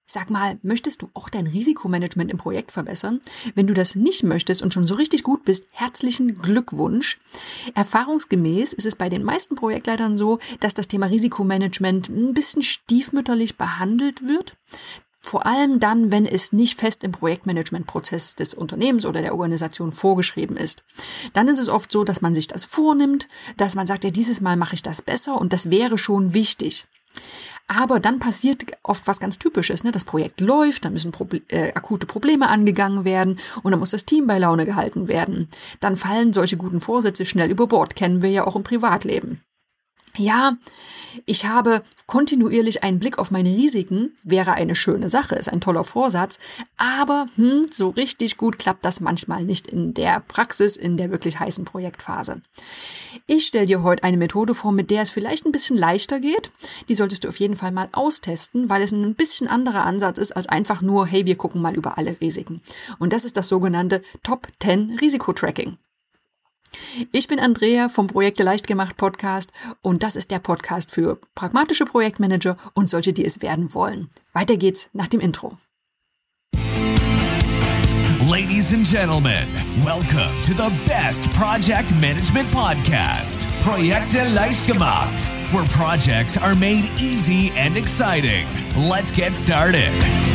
Sag mal, möchtest du auch dein Risikomanagement im Projekt verbessern? Wenn du das nicht möchtest und schon so richtig gut bist, herzlichen Glückwunsch. Erfahrungsgemäß ist es bei den meisten Projektleitern so, dass das Thema Risikomanagement ein bisschen stiefmütterlich behandelt wird. Vor allem dann, wenn es nicht fest im Projektmanagementprozess des Unternehmens oder der Organisation vorgeschrieben ist. Dann ist es oft so, dass man sich das vornimmt, dass man sagt, ja, dieses Mal mache ich das besser und das wäre schon wichtig. Aber dann passiert oft was ganz Typisches, ne? Das Projekt läuft, dann müssen akute Probleme angegangen werden und dann muss das Team bei Laune gehalten werden. Dann fallen solche guten Vorsätze schnell über Bord, kennen wir ja auch im Privatleben. Ja, ich habe kontinuierlich einen Blick auf meine Risiken, wäre eine schöne Sache, ist ein toller Vorsatz, aber so richtig gut klappt das manchmal nicht in der Praxis, in der wirklich heißen Projektphase. Ich stelle dir heute eine Methode vor, mit der es vielleicht ein bisschen leichter geht. Die solltest du auf jeden Fall mal austesten, weil es ein bisschen anderer Ansatz ist als einfach nur, hey, wir gucken mal über alle Risiken. Und das ist das sogenannte Top 10 Risikotracking. Ich bin Andrea vom Projekte leicht gemacht Podcast und das ist der Podcast für pragmatische Projektmanager und solche, die es werden wollen. Weiter geht's nach dem Intro. Ladies and gentlemen, welcome to the best project management podcast, Projekte leicht gemacht, where projects are made easy and exciting. Let's get started.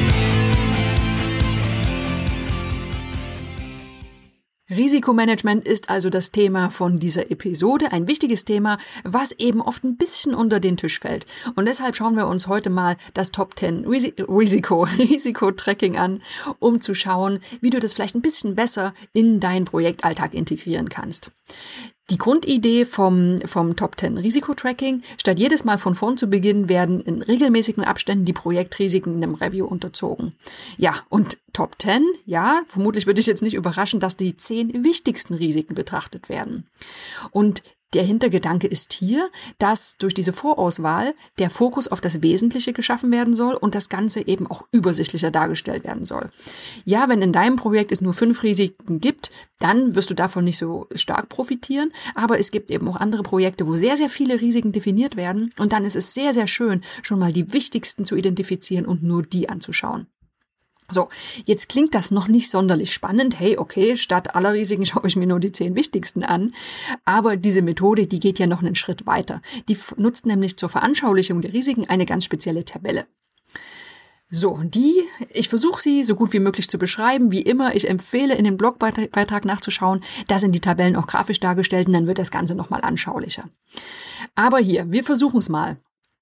Risikomanagement ist also das Thema von dieser Episode, ein wichtiges Thema, was eben oft ein bisschen unter den Tisch fällt. Und deshalb schauen wir uns heute mal das Top 10 Risikotracking an, um zu schauen, wie du das vielleicht ein bisschen besser in deinen Projektalltag integrieren kannst. Die Grundidee vom Top 10 Risikotracking, statt jedes Mal von vorn zu beginnen, werden in regelmäßigen Abständen die Projektrisiken einem Review unterzogen. Ja, und Top 10, ja, vermutlich würde ich jetzt nicht überraschen, dass die 10 wichtigsten Risiken betrachtet werden. Und der Hintergedanke ist hier, dass durch diese Vorauswahl der Fokus auf das Wesentliche geschaffen werden soll und das Ganze eben auch übersichtlicher dargestellt werden soll. Ja, wenn in deinem Projekt es nur 5 Risiken gibt, dann wirst du davon nicht so stark profitieren, aber es gibt eben auch andere Projekte, wo sehr, sehr viele Risiken definiert werden und dann ist es sehr, sehr schön, schon mal die wichtigsten zu identifizieren und nur die anzuschauen. So, jetzt klingt das noch nicht sonderlich spannend. Hey, okay, statt aller Risiken schaue ich mir nur die 10 wichtigsten an. Aber diese Methode, die geht ja noch einen Schritt weiter. Die nutzt nämlich zur Veranschaulichung der Risiken eine ganz spezielle Tabelle. So, ich versuche sie so gut wie möglich zu beschreiben. Wie immer, ich empfehle, in den Blogbeitrag nachzuschauen. Da sind die Tabellen auch grafisch dargestellt und dann wird das Ganze nochmal anschaulicher. Aber hier, wir versuchen es mal.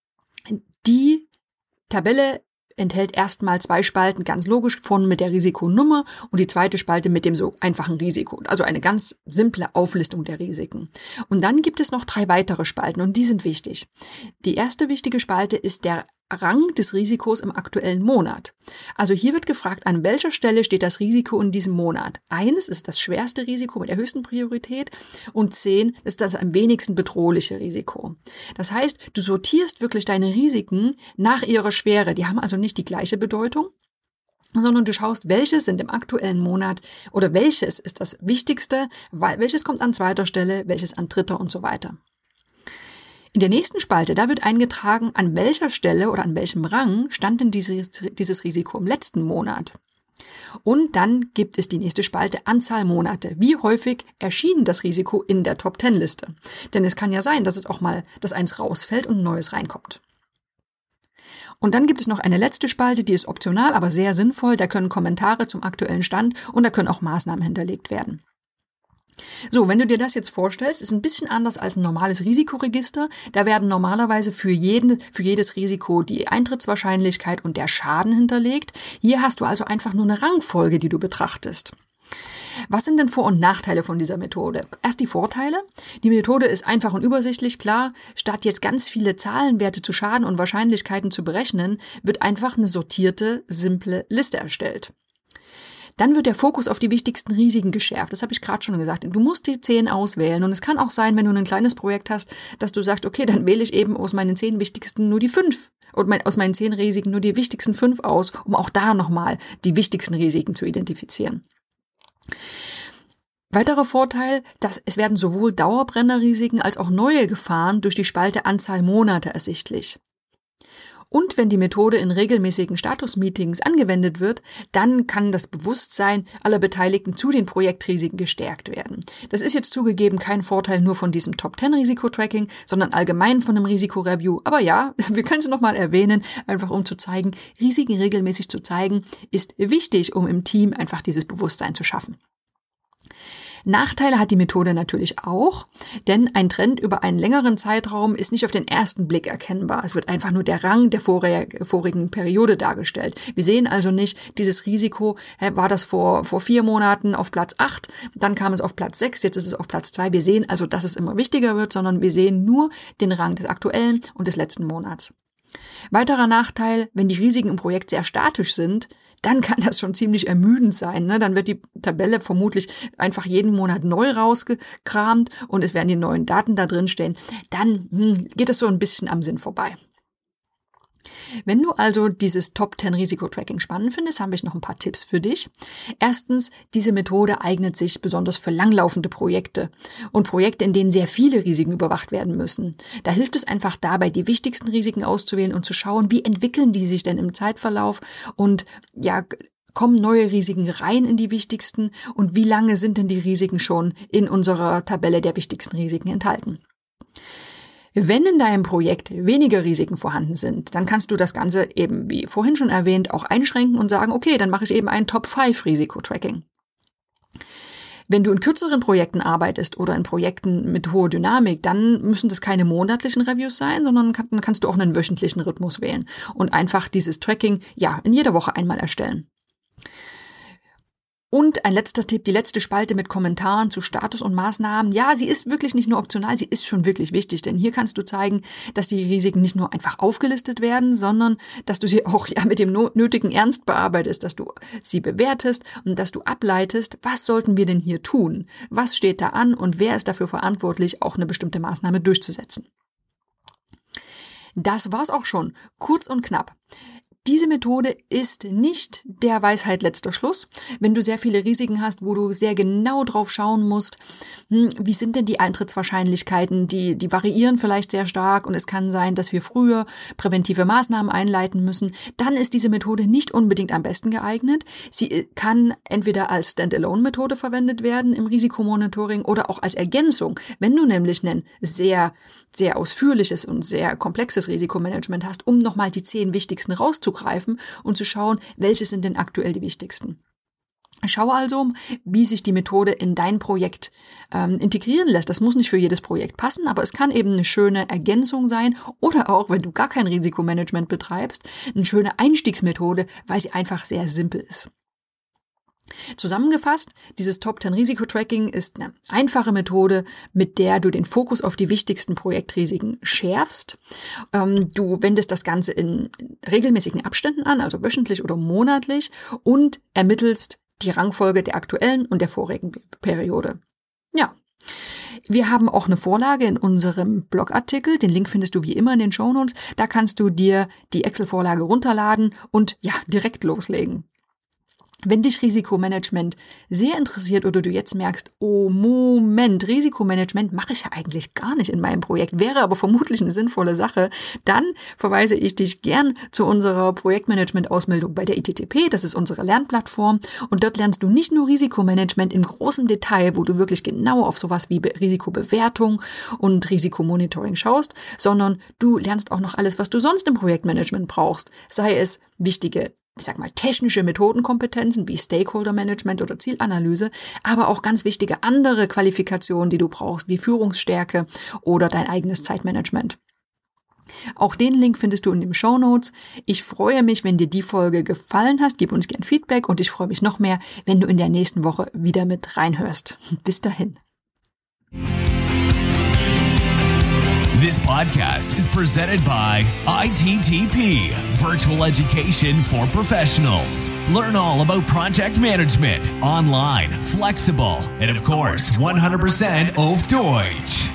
Die Tabelle enthält erstmal 2 Spalten, ganz logisch, vorne mit der Risikonummer und die zweite Spalte mit dem so einfachen Risiko. Also eine ganz simple Auflistung der Risiken. Und dann gibt es noch 3 weitere Spalten und die sind wichtig. Die erste wichtige Spalte ist der Rang des Risikos im aktuellen Monat. Also hier wird gefragt, an welcher Stelle steht das Risiko in diesem Monat. 1 ist das schwerste Risiko mit der höchsten Priorität und 10 ist das am wenigsten bedrohliche Risiko. Das heißt, du sortierst wirklich deine Risiken nach ihrer Schwere. Die haben also nicht die gleiche Bedeutung, sondern du schaust, welches sind im aktuellen Monat oder welches ist das Wichtigste, welches kommt an 2. Stelle, welches an 3. und so weiter. In der nächsten Spalte, da wird eingetragen, an welcher Stelle oder an welchem Rang stand denn dieses Risiko im letzten Monat. Und dann gibt es die nächste Spalte, Anzahl Monate. Wie häufig erschien das Risiko in der Top-10-Liste? Denn es kann ja sein, dass es auch mal, dass eins rausfällt und ein neues reinkommt. Und dann gibt es noch eine letzte Spalte, die ist optional, aber sehr sinnvoll. Da können Kommentare zum aktuellen Stand und da können auch Maßnahmen hinterlegt werden. So, wenn du dir das jetzt vorstellst, ist ein bisschen anders als ein normales Risikoregister. Da werden normalerweise für jedes Risiko die Eintrittswahrscheinlichkeit und der Schaden hinterlegt. Hier hast du also einfach nur eine Rangfolge, die du betrachtest. Was sind denn Vor- und Nachteile von dieser Methode? Erst die Vorteile. Die Methode ist einfach und übersichtlich, klar. Statt jetzt ganz viele Zahlenwerte zu Schaden und Wahrscheinlichkeiten zu berechnen, wird einfach eine sortierte, simple Liste erstellt. Dann wird der Fokus auf die wichtigsten Risiken geschärft. Das habe ich gerade schon gesagt. Du musst die 10 auswählen. Und es kann auch sein, wenn du ein kleines Projekt hast, dass du sagst, okay, dann wähle ich eben aus meinen 10 wichtigsten nur die 5. Und aus meinen 10 Risiken nur die wichtigsten 5 aus, um auch da nochmal die wichtigsten Risiken zu identifizieren. Weiterer Vorteil, dass es werden sowohl Dauerbrennerrisiken als auch neue Gefahren durch die Spalte Anzahl Monate ersichtlich. Und wenn die Methode in regelmäßigen Status-Meetings angewendet wird, dann kann das Bewusstsein aller Beteiligten zu den Projektrisiken gestärkt werden. Das ist jetzt zugegeben kein Vorteil nur von diesem Top-10-Risikotracking, sondern allgemein von einem Risikoreview. Aber ja, wir können es nochmal erwähnen, einfach um zu zeigen, Risiken regelmäßig zu zeigen, ist wichtig, um im Team einfach dieses Bewusstsein zu schaffen. Nachteile hat die Methode natürlich auch, denn ein Trend über einen längeren Zeitraum ist nicht auf den ersten Blick erkennbar. Es wird einfach nur der Rang der vorigen Periode dargestellt. Wir sehen also nicht, dieses Risiko, war das vor 4 Monaten auf Platz 8, dann kam es auf Platz 6, jetzt ist es auf Platz 2. Wir sehen also, dass es immer wichtiger wird, sondern wir sehen nur den Rang des aktuellen und des letzten Monats. Weiterer Nachteil, wenn die Risiken im Projekt sehr statisch sind, dann kann das schon ziemlich ermüdend sein. Ne? Dann wird die Tabelle vermutlich einfach jeden Monat neu rausgekramt und es werden die neuen Daten da drin stehen. Dann geht es so ein bisschen am Sinn vorbei. Wenn du also dieses Top-10-Risikotracking spannend findest, habe ich noch ein paar Tipps für dich. Erstens, diese Methode eignet sich besonders für langlaufende Projekte und Projekte, in denen sehr viele Risiken überwacht werden müssen. Da hilft es einfach dabei, die wichtigsten Risiken auszuwählen und zu schauen, wie entwickeln die sich denn im Zeitverlauf und kommen neue Risiken rein in die wichtigsten und wie lange sind denn die Risiken schon in unserer Tabelle der wichtigsten Risiken enthalten. Wenn in deinem Projekt weniger Risiken vorhanden sind, dann kannst du das Ganze eben, wie vorhin schon erwähnt, auch einschränken und sagen, okay, dann mache ich eben ein Top-5-Risikotracking. Wenn du in kürzeren Projekten arbeitest oder in Projekten mit hoher Dynamik, dann müssen das keine monatlichen Reviews sein, sondern dann kannst du auch einen wöchentlichen Rhythmus wählen und einfach dieses Tracking, in jeder Woche einmal erstellen. Und ein letzter Tipp, die letzte Spalte mit Kommentaren zu Status und Maßnahmen. Ja, sie ist wirklich nicht nur optional, sie ist schon wirklich wichtig, denn hier kannst du zeigen, dass die Risiken nicht nur einfach aufgelistet werden, sondern dass du sie auch mit dem nötigen Ernst bearbeitest, dass du sie bewertest und dass du ableitest, was sollten wir denn hier tun? Was steht da an und wer ist dafür verantwortlich, auch eine bestimmte Maßnahme durchzusetzen? Das war's auch schon, kurz und knapp. Diese Methode ist nicht der Weisheit letzter Schluss. Wenn du sehr viele Risiken hast, wo du sehr genau drauf schauen musst, wie sind denn die Eintrittswahrscheinlichkeiten, die variieren vielleicht sehr stark und es kann sein, dass wir früher präventive Maßnahmen einleiten müssen, dann ist diese Methode nicht unbedingt am besten geeignet. Sie kann entweder als Standalone-Methode verwendet werden im Risikomonitoring oder auch als Ergänzung. Wenn du nämlich ein sehr, sehr ausführliches und sehr komplexes Risikomanagement hast, um nochmal die 10 wichtigsten rauszugreifen und zu schauen, welche sind denn aktuell die wichtigsten. Schau also, wie sich die Methode in dein Projekt integrieren lässt. Das muss nicht für jedes Projekt passen, aber es kann eben eine schöne Ergänzung sein oder auch, wenn du gar kein Risikomanagement betreibst, eine schöne Einstiegsmethode, weil sie einfach sehr simpel ist. Zusammengefasst, dieses Top-10-Risikotracking ist eine einfache Methode, mit der du den Fokus auf die wichtigsten Projektrisiken schärfst. Du wendest das Ganze in regelmäßigen Abständen an, also wöchentlich oder monatlich, und ermittelst die Rangfolge der aktuellen und der vorigen Periode. Ja. Wir haben auch eine Vorlage in unserem Blogartikel, den Link findest du wie immer in den Shownotes. Da kannst du dir die Excel-Vorlage runterladen und direkt loslegen. Wenn dich Risikomanagement sehr interessiert oder du jetzt merkst, oh Moment, Risikomanagement mache ich ja eigentlich gar nicht in meinem Projekt, wäre aber vermutlich eine sinnvolle Sache, dann verweise ich dich gern zu unserer Projektmanagement-Ausbildung bei der ITTP, das ist unsere Lernplattform und dort lernst du nicht nur Risikomanagement im großen Detail, wo du wirklich genau auf sowas wie Risikobewertung und Risikomonitoring schaust, sondern du lernst auch noch alles, was du sonst im Projektmanagement brauchst, sei es wichtige technische Methodenkompetenzen wie Stakeholder-Management oder Zielanalyse, aber auch ganz wichtige andere Qualifikationen, die du brauchst, wie Führungsstärke oder dein eigenes Zeitmanagement. Auch den Link findest du in den Shownotes. Ich freue mich, wenn dir die Folge gefallen hat. Gib uns gern Feedback und ich freue mich noch mehr, wenn du in der nächsten Woche wieder mit reinhörst. Bis dahin. This podcast is presented by ITTP, Virtual Education for Professionals. Learn all about project management, online, flexible, and of course, 100% auf Deutsch.